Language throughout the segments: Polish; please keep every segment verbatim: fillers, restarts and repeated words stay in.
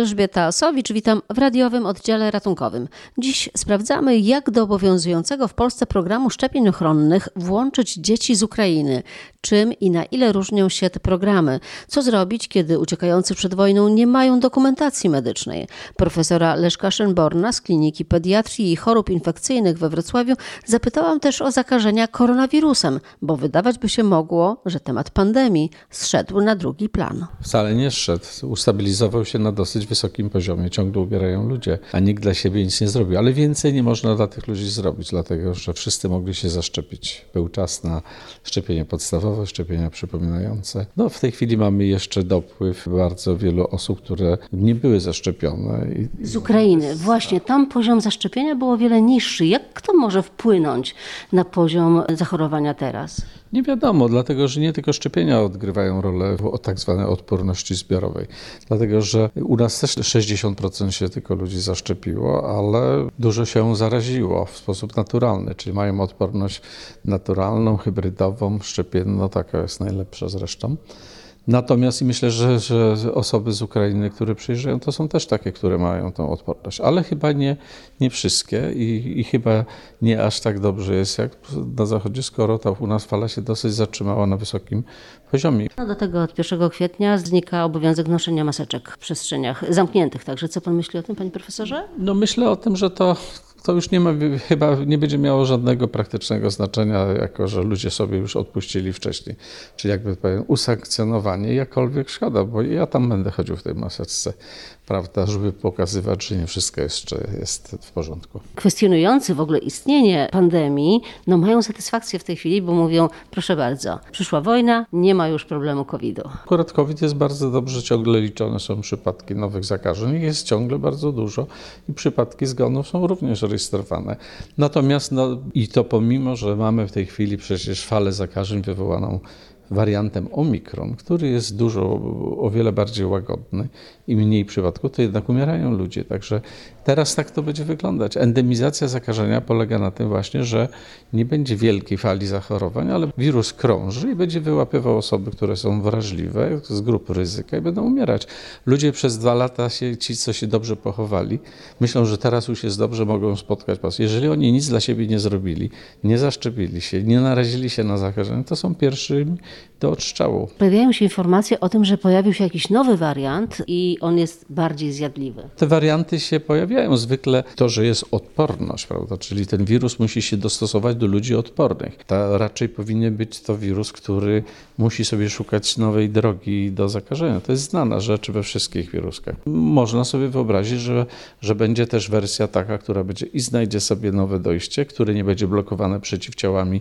Elżbieta Osowicz, witam w radiowym oddziale ratunkowym. Dziś sprawdzamy, jak do obowiązującego w Polsce programu szczepień ochronnych włączyć dzieci z Ukrainy. Czym i na ile różnią się te programy? Co zrobić, kiedy uciekający przed wojną nie mają dokumentacji medycznej? Profesora Leszka Szymborna z Kliniki Pediatrii i Chorób Infekcyjnych we Wrocławiu zapytałam też o zakażenia koronawirusem, bo wydawać by się mogło, że temat pandemii zszedł na drugi plan. Wcale nie zszedł. Ustabilizował się na dosyć wysokim poziomie. Ciągle umierają ludzie, a nikt dla siebie nic nie zrobił. Ale więcej nie można dla tych ludzi zrobić, dlatego że wszyscy mogli się zaszczepić. Był czas na szczepienie podstawowe, szczepienia przypominające. No, w tej chwili mamy jeszcze dopływ bardzo wielu osób, które nie były zaszczepione. Z Ukrainy. Właśnie, tam poziom zaszczepienia był o wiele niższy. Jak to może wpłynąć na poziom zachorowania teraz? Nie wiadomo, dlatego że nie tylko szczepienia odgrywają rolę w tak zwanej odporności zbiorowej. Dlatego, że u nas też sześćdziesiąt procent się tylko ludzi zaszczepiło, ale dużo się zaraziło w sposób naturalny, czyli mają odporność naturalną, hybrydową, szczepienną, taka jest najlepsza zresztą. Natomiast i myślę, że, że osoby z Ukrainy, które przyjeżdżają, to są też takie, które mają tą odporność, ale chyba nie, nie wszystkie i, i chyba nie aż tak dobrze jest jak na zachodzie, skoro ta u nas fala się dosyć zatrzymała na wysokim poziomie. No do tego od pierwszego kwietnia znika obowiązek noszenia maseczek w przestrzeniach zamkniętych. Także co pan myśli o tym, panie profesorze? No myślę o tym, że to To już nie ma, chyba nie będzie miało żadnego praktycznego znaczenia, jako że ludzie sobie już odpuścili wcześniej. Czyli jakby powiem, usankcjonowanie, jakkolwiek szkoda, bo ja tam będę chodził w tej maseczce, prawda, żeby pokazywać, że nie wszystko jeszcze jest w porządku. Kwestionujący w ogóle istnienie pandemii, no mają satysfakcję w tej chwili, bo mówią, proszę bardzo, przyszła wojna, nie ma już problemu kowida. Akurat COVID jest bardzo dobrze, ciągle liczone są przypadki nowych zakażeń, ich jest ciągle bardzo dużo i przypadki zgonów są również rejestrowane. Natomiast, no i to pomimo, że mamy w tej chwili przecież falę zakażeń wywołaną wariantem Omikron, który jest dużo, o wiele bardziej łagodny i mniej przypadków, to jednak umierają ludzie. Także teraz tak to będzie wyglądać. Endemizacja zakażenia polega na tym właśnie, że nie będzie wielkiej fali zachorowań, ale wirus krąży i będzie wyłapywał osoby, które są wrażliwe z grup ryzyka i będą umierać. Ludzie przez dwa lata, się, ci co się dobrze pochowali, myślą, że teraz już jest dobrze, mogą spotkać pas. Jeżeli oni nic dla siebie nie zrobili, nie zaszczepili się, nie narazili się na zakażenie, to są pierwszymi do odstrzału. Pojawiają się informacje o tym, że pojawił się jakiś nowy wariant i on jest bardziej zjadliwy. Te warianty się pojawiają. Zwykle to, że jest odporność, prawda? Czyli ten wirus musi się dostosować do ludzi odpornych. To raczej powinien być to wirus, który musi sobie szukać nowej drogi do zakażenia. To jest znana rzecz we wszystkich wiruskach. Można sobie wyobrazić, że, że będzie też wersja taka, która będzie i znajdzie sobie nowe dojście, które nie będzie blokowane przeciwciałami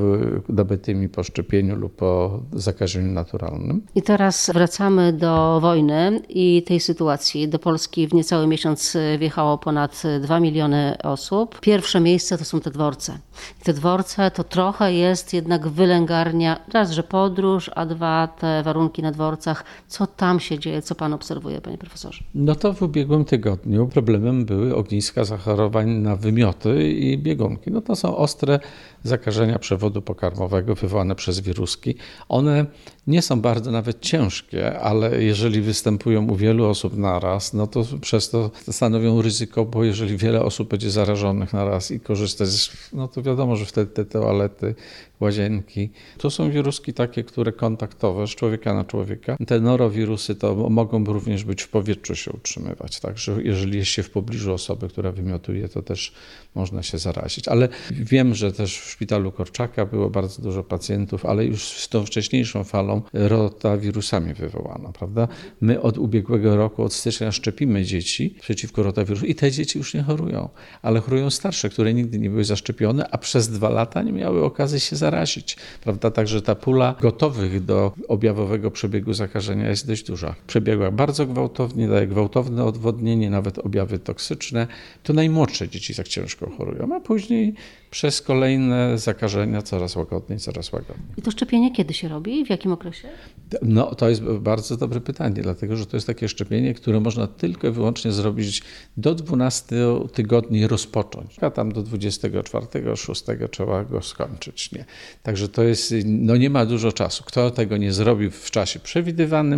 nabytymi po szczepieniu lub po zakażeniu naturalnym. I teraz wracamy do wojny i tej sytuacji. Do Polski w niecały miesiąc wjechało ponad dwa miliony osób. Pierwsze miejsce to są te dworce. I te dworce to trochę jest jednak wylęgarnia, raz, że podróż, a dwa, te warunki na dworcach. Co tam się dzieje, co pan obserwuje, panie profesorze? No to w ubiegłym tygodniu problemem były ogniska zachorowań na wymioty i biegunki. No to są ostre zakażenia przewodu pokarmowego wywołane przez wiruski. One nie są bardzo nawet ciężkie, ale jeżeli występują u wielu osób naraz, no to przez to stanowią ryzyko, bo jeżeli wiele osób będzie zarażonych naraz i korzystać, no to wiadomo, że wtedy te toalety, łazienki, to są wiruski takie, które kontaktowe z człowieka na człowieka. Te norowirusy to mogą również być w powietrzu się utrzymywać, także jeżeli jest się w pobliżu osoby, która wymiotuje, to też można się zarazić. Ale wiem, że też w szpitalu Korczaka było bardzo dużo pacjentów, ale już z tą wcześniejszą falą rotawirusami wywołano, prawda? My od ubiegłego roku, od stycznia szczepimy dzieci przeciwko rotawirusom i te dzieci już nie chorują, ale chorują starsze, które nigdy nie były zaszczepione, a przez dwa lata nie miały okazji się zarazić, prawda? Także ta pula gotowych do objawowego przebiegu zakażenia jest dość duża. Przebiegła bardzo gwałtownie, daje gwałtowne odwodnienie, nawet objawy toksyczne. To najmłodsze dzieci tak ciężko chorują, a później przez kolejne zakażenia coraz łagodniej, coraz łagodniej. I to szczepienie kiedy się robi? W jakim okresie? No to jest bardzo dobre pytanie, dlatego że to jest takie szczepienie, które można tylko i wyłącznie zrobić do dwunastu tygodni rozpocząć, a tam do dwudziestego czwartego, szóstego trzeba go skończyć. Nie? Także to jest, no nie ma dużo czasu. Kto tego nie zrobi w czasie przewidywanym,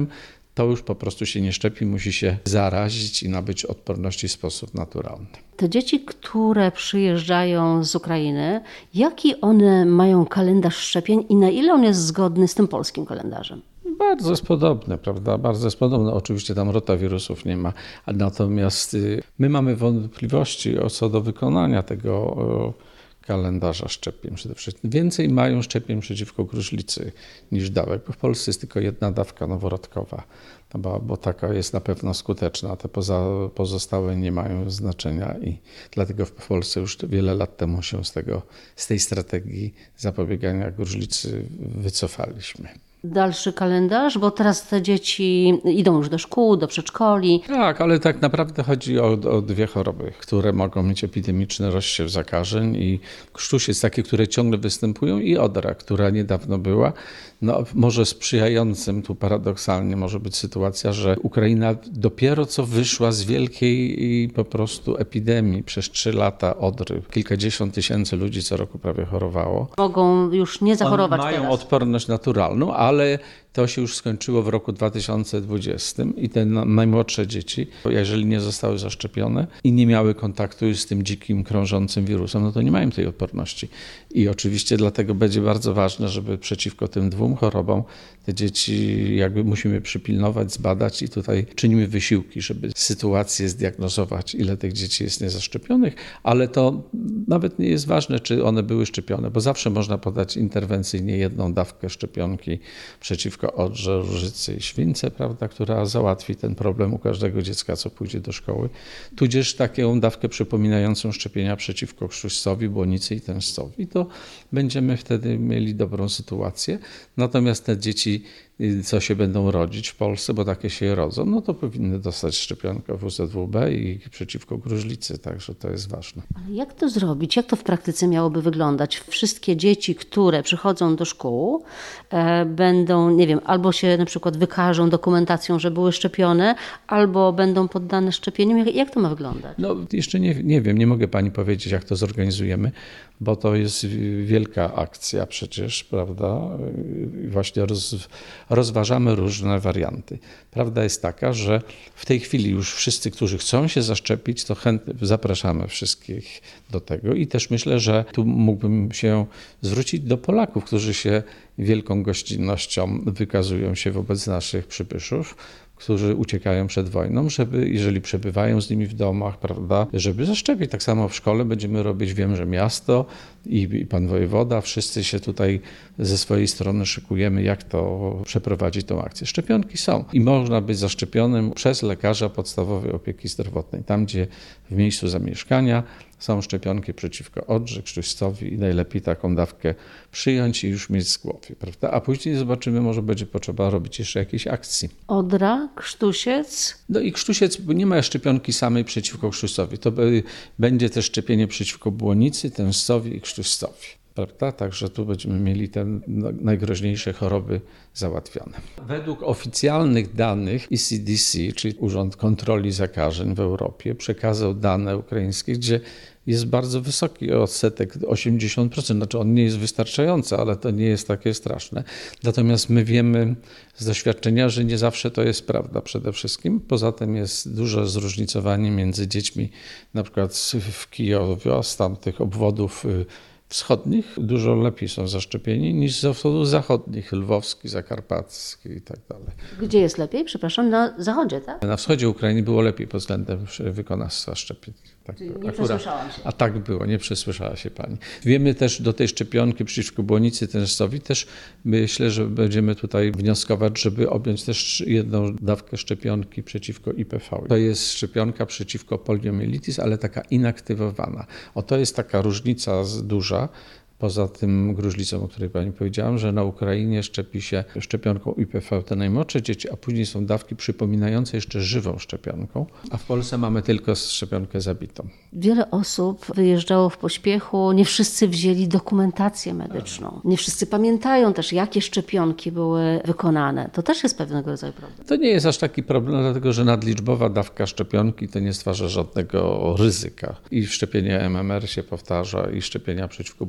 to już po prostu się nie szczepi, musi się zarazić i nabyć odporności w sposób naturalny. Te dzieci, które przyjeżdżają z Ukrainy, jaki one mają kalendarz szczepień i na ile on jest zgodny z tym polskim kalendarzem? Bardzo jest podobne, prawda? Bardzo jest podobne. Oczywiście tam rotawirusów nie ma, natomiast my mamy wątpliwości co do wykonania tego kalendarza szczepień przede wszystkim. Więcej mają szczepień przeciwko gruźlicy niż dawek, bo w Polsce jest tylko jedna dawka noworodkowa, bo, bo taka jest na pewno skuteczna, a te poza, pozostałe nie mają znaczenia i dlatego w Polsce już wiele lat temu się z, tego, z tej strategii zapobiegania gruźlicy wycofaliśmy. Dalszy kalendarz, bo teraz te dzieci idą już do szkół, do przedszkoli. Tak, ale tak naprawdę chodzi o, o dwie choroby, które mogą mieć epidemiczny rozsiew zakażeń i krztusiec, takie, które ciągle występują i odra, która niedawno była. No, może sprzyjającym tu paradoksalnie może być sytuacja, że Ukraina dopiero co wyszła z wielkiej i po prostu epidemii przez trzy lata odry. Kilkadziesiąt tysięcy ludzi co roku prawie chorowało. Mogą już nie zachorować Mają teraz. odporność naturalną, ale to się już skończyło w roku dwa tysiące dwudziestym i te najmłodsze dzieci, jeżeli nie zostały zaszczepione i nie miały kontaktu z tym dzikim, krążącym wirusem, no to nie mają tej odporności. I oczywiście dlatego będzie bardzo ważne, żeby przeciwko tym dwóm chorobom te dzieci jakby musimy przypilnować, zbadać i tutaj czynimy wysiłki, żeby sytuację zdiagnozować, ile tych dzieci jest niezaszczepionych, ale to nawet nie jest ważne, czy one były szczepione, bo zawsze można podać interwencyjnie jedną dawkę szczepionki przeciwko odrze, różycy i śwince, prawda, która załatwi ten problem u każdego dziecka, co pójdzie do szkoły. Tudzież taką dawkę przypominającą szczepienia przeciwko krztuścowi, błonicy i tężcowi. To będziemy wtedy mieli dobrą sytuację. Natomiast te dzieci, co się będą rodzić w Polsce, bo takie się rodzą, no to powinny dostać szczepionkę W Z W B i przeciwko gruźlicy, także to jest ważne. Ale jak to zrobić? Jak to w praktyce miałoby wyglądać? Wszystkie dzieci, które przychodzą do szkół, e, będą, nie wiem, albo się na przykład wykażą dokumentacją, że były szczepione, albo będą poddane szczepieniom. Jak, jak to ma wyglądać? No jeszcze nie, nie wiem, nie mogę pani powiedzieć, jak to zorganizujemy, bo to jest wielka akcja przecież, prawda? Właśnie roz, rozważamy różne warianty. Prawda jest taka, że w tej chwili już wszyscy, którzy chcą się zaszczepić, to chętnie zapraszamy wszystkich do tego i też myślę, że tu mógłbym się zwrócić do Polaków, którzy się wielką gościnnością wykazują się wobec naszych przybyszów, którzy uciekają przed wojną, żeby, jeżeli przebywają z nimi w domach, prawda, żeby zaszczepić. Tak samo w szkole będziemy robić, wiem, że miasto i, i pan wojewoda, wszyscy się tutaj ze swojej strony szykujemy, jak to przeprowadzić tą akcję. Szczepionki są i można być zaszczepionym przez lekarza podstawowej opieki zdrowotnej, tam gdzie w miejscu zamieszkania są szczepionki przeciwko odrze, krztuścowi i najlepiej taką dawkę przyjąć i już mieć z głowy, prawda? A później zobaczymy, może będzie potrzeba robić jeszcze jakieś akcji. Odra, krztusiec? No i krztusiec, bo nie ma szczepionki samej przeciwko krztuścowi. To będzie też szczepienie przeciwko błonicy, tężcowi i krztuścowi. Prawda? Także tu będziemy mieli te najgroźniejsze choroby załatwione. Według oficjalnych danych E C D C, czyli Urząd Kontroli Zakażeń w Europie, przekazał dane ukraińskie, gdzie jest bardzo wysoki odsetek, osiemdziesiąt procent. Znaczy on nie jest wystarczający, ale to nie jest takie straszne. Natomiast my wiemy z doświadczenia, że nie zawsze to jest prawda przede wszystkim. Poza tym jest duże zróżnicowanie między dziećmi, na przykład w Kijowie, z tamtych obwodów wschodnich dużo lepiej są zaszczepieni niż z wschodów zachodnich, lwowski, zakarpacki i tak dalej. Gdzie jest lepiej? Przepraszam, na zachodzie, tak? Na wschodzie Ukrainy było lepiej pod względem wykonawstwa szczepień. Tak, Czyli nie akurat, przesłyszałam się. A tak było, nie przesłyszała się pani. Wiemy też do tej szczepionki przeciwko błonicy tężcowi też myślę, że będziemy tutaj wnioskować, żeby objąć też jedną dawkę szczepionki przeciwko I P V. To jest szczepionka przeciwko poliomielitis, ale taka inaktywowana. O, to jest taka różnica duża. Poza tym gruźlicą, o której pani powiedziałam, że na Ukrainie szczepi się szczepionką I P V te najmłodsze dzieci, a później są dawki przypominające jeszcze żywą szczepionką, a w Polsce mamy tylko szczepionkę zabitą. Wiele osób wyjeżdżało w pośpiechu, nie wszyscy wzięli dokumentację medyczną. Nie wszyscy pamiętają też, jakie szczepionki były wykonane. To też jest pewnego rodzaju problem. To nie jest aż taki problem, dlatego że nadliczbowa dawka szczepionki to nie stwarza żadnego ryzyka. I szczepienie M M R się powtarza, i szczepienia przeciwko błonicy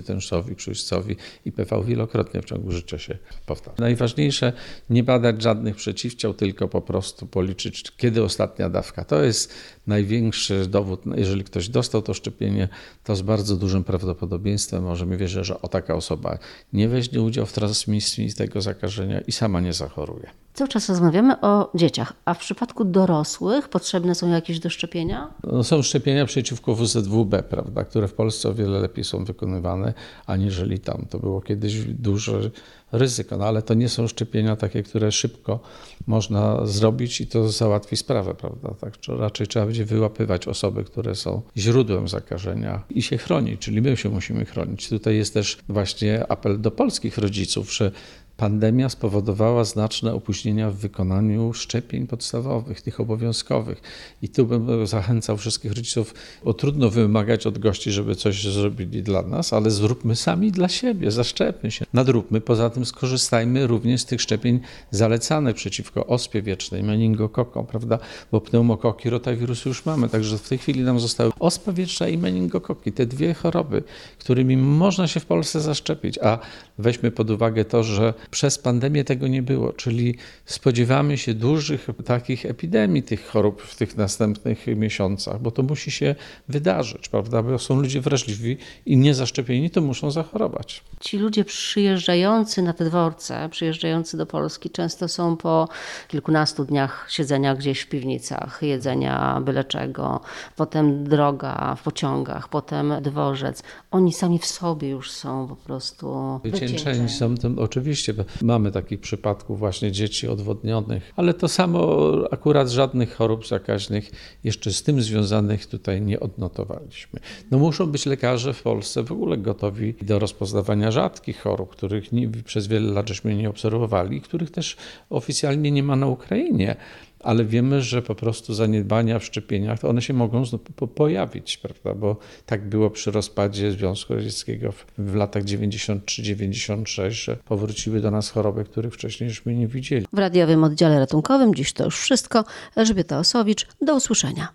tężcowi, krzywcowi i P V wielokrotnie w ciągu życia się powtarza. Najważniejsze nie badać żadnych przeciwciał, tylko po prostu policzyć, kiedy ostatnia dawka. To jest największy dowód. Jeżeli ktoś dostał to szczepienie, to z bardzo dużym prawdopodobieństwem możemy wierzyć, że o taka osoba nie weźmie udziału w transmisji tego zakażenia i sama nie zachoruje. Cały czas rozmawiamy o dzieciach, a w przypadku dorosłych potrzebne są jakieś do szczepienia? No, są szczepienia przeciwko W Z W B, prawda, które w Polsce o wiele lepiej są wykonywane, aniżeli tam. To było kiedyś duże ryzyko, no ale to nie są szczepienia takie, które szybko można zrobić i to załatwi sprawę, prawda. Tak, raczej trzeba będzie wyłapywać osoby, które są źródłem zakażenia i się chronić, czyli my się musimy chronić. Tutaj jest też właśnie apel do polskich rodziców, że pandemia spowodowała znaczne opóźnienia w wykonaniu szczepień podstawowych, tych obowiązkowych. I tu bym zachęcał wszystkich rodziców, bo trudno wymagać od gości, żeby coś zrobili dla nas, ale zróbmy sami dla siebie, zaszczepmy się, nadróbmy. Poza tym skorzystajmy również z tych szczepień zalecanych przeciwko ospie wiecznej, meningokokom, prawda? Bo pneumokoki, rotawirusy już mamy, także w tej chwili nam zostały ospa wieczna i meningokoki, te dwie choroby, którymi można się w Polsce zaszczepić, a weźmy pod uwagę to, że przez pandemię tego nie było, czyli spodziewamy się dużych takich epidemii tych chorób w tych następnych miesiącach, bo to musi się wydarzyć, prawda? Bo są ludzie wrażliwi i niezaszczepieni, to muszą zachorować. Ci ludzie przyjeżdżający na te dworce, przyjeżdżający do Polski, często są po kilkunastu dniach siedzenia gdzieś w piwnicach, jedzenia byle czego, potem droga w pociągach, potem dworzec. Oni sami w sobie już są po prostu Wycieńczeni są tym, oczywiście. Mamy takich przypadków właśnie dzieci odwodnionych, ale to samo akurat żadnych chorób zakaźnych jeszcze z tym związanych tutaj nie odnotowaliśmy. No muszą być lekarze w Polsce w ogóle gotowi do rozpoznawania rzadkich chorób, których nie, przez wiele lat żeśmy nie obserwowali, których też oficjalnie nie ma na Ukrainie. Ale wiemy, że po prostu zaniedbania w szczepieniach, to one się mogą pojawić, prawda? Bo tak było przy rozpadzie Związku Radzieckiego w, w latach dziewięćdziesiątym trzecim dziewięćdziesiątym szóstym, że powróciły do nas choroby, których wcześniej żeśmy nie widzieli. W radiowym oddziale ratunkowym dziś to już wszystko. Elżbieta Osowicz, do usłyszenia.